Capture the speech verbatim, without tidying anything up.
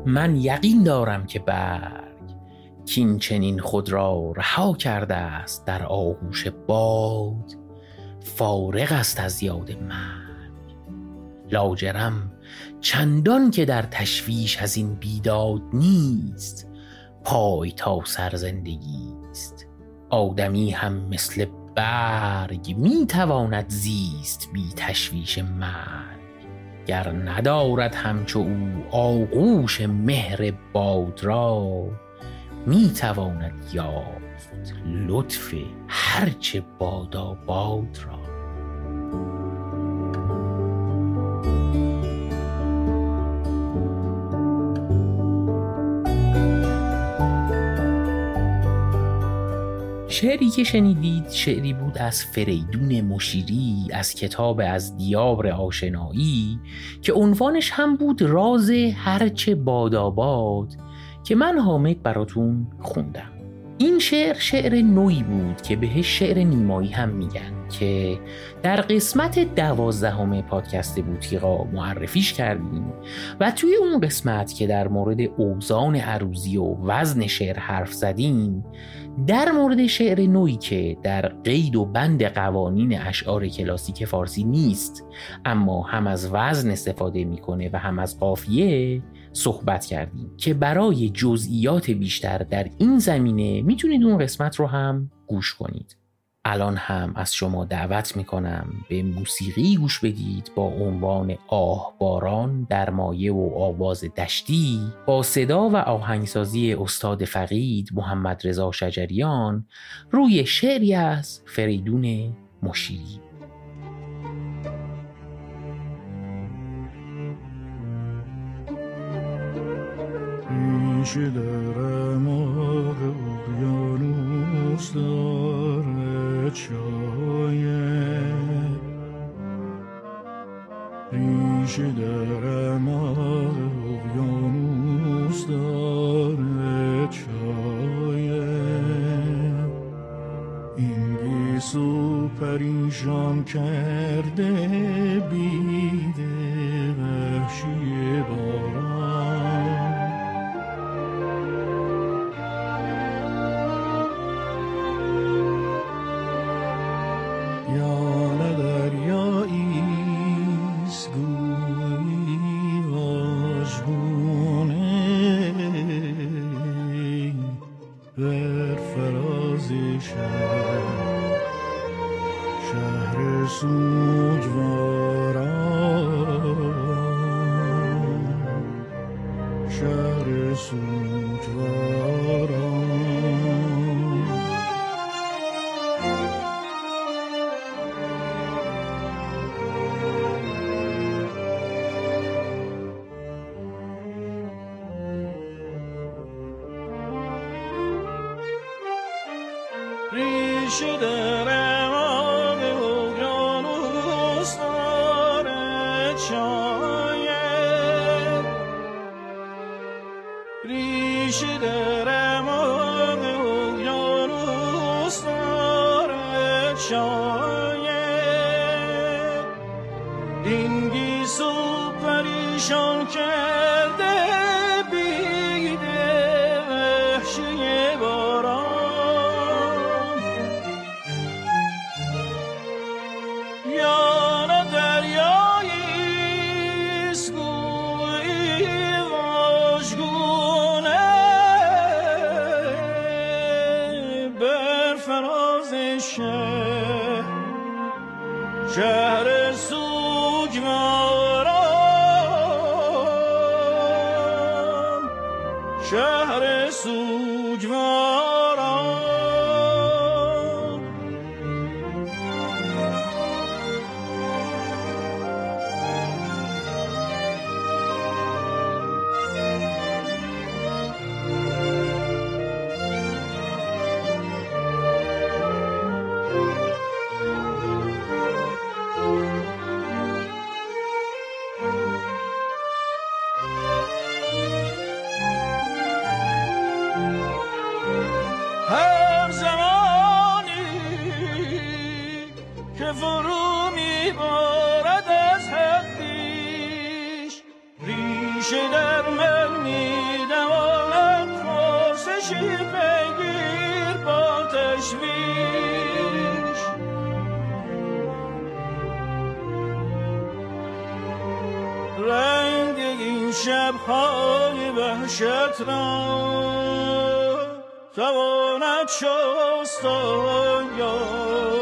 من یقین دارم که برگ کین چنین خود را رها کرده است در آغوش باد، فارغ است از یاد مرگ. لاجرم چندان که در تشویش از این بیداد نیست، پای تا سر زندگی است. آدمی هم مثل برگ می تواند زیست بی تشویش مرگ. گر ندارد همچو او آغوش مهر باد را، می تواند یافت لطف هرچه باداباد را. شعری که شنیدید شعری بود از فریدون مشیری از کتاب از دیار آشنایی که عنوانش هم بود راز هرچه باداباد، که من حامد براتون خوندم. این شعر شعر نوعی بود که بهش شعر نیمایی هم میگن که در قسمت دوازدهم پادکست بوتیقا معرفیش کردیم و توی اون قسمت که در مورد اوزان عروضی و وزن شعر حرف زدیم، در مورد شعر نوعی که در قید و بند قوانین اشعار کلاسیک فارسی نیست اما هم از وزن استفاده میکنه و هم از قافیه صحبت کردیم که برای جزئیات بیشتر در این زمینه میتونید اون قسمت رو هم گوش کنید. الان هم از شما دعوت میکنم به موسیقی گوش بدید با عنوان آه باران در مایه و آواز دشتی با صدا و آهنگسازی استاد فقید محمد رضا شجریان روی شعری از فریدون مشیری. ریش در ماه اقیانوس دارد شاید، ریش در ماه اقیانوس دارد شاید. این گیسو پریشان کرده بیده وحشی باران، یا دریاییست گویی واژگونه بر فراز شهر، شهر سوگواران، شهر سوگواران. ریش در ماه اقیانوس دارد شاید، ریش در ماه اقیانوس دارد شاید. این گیسو پریشان کرده بیده وحشی باران، شهر سوگواران، شهر سوگواران. هر زمانی که فرو میبارد از حقیش، ریشه در من می تشویش رنگ این شب‌های وحشت را تواند شست یا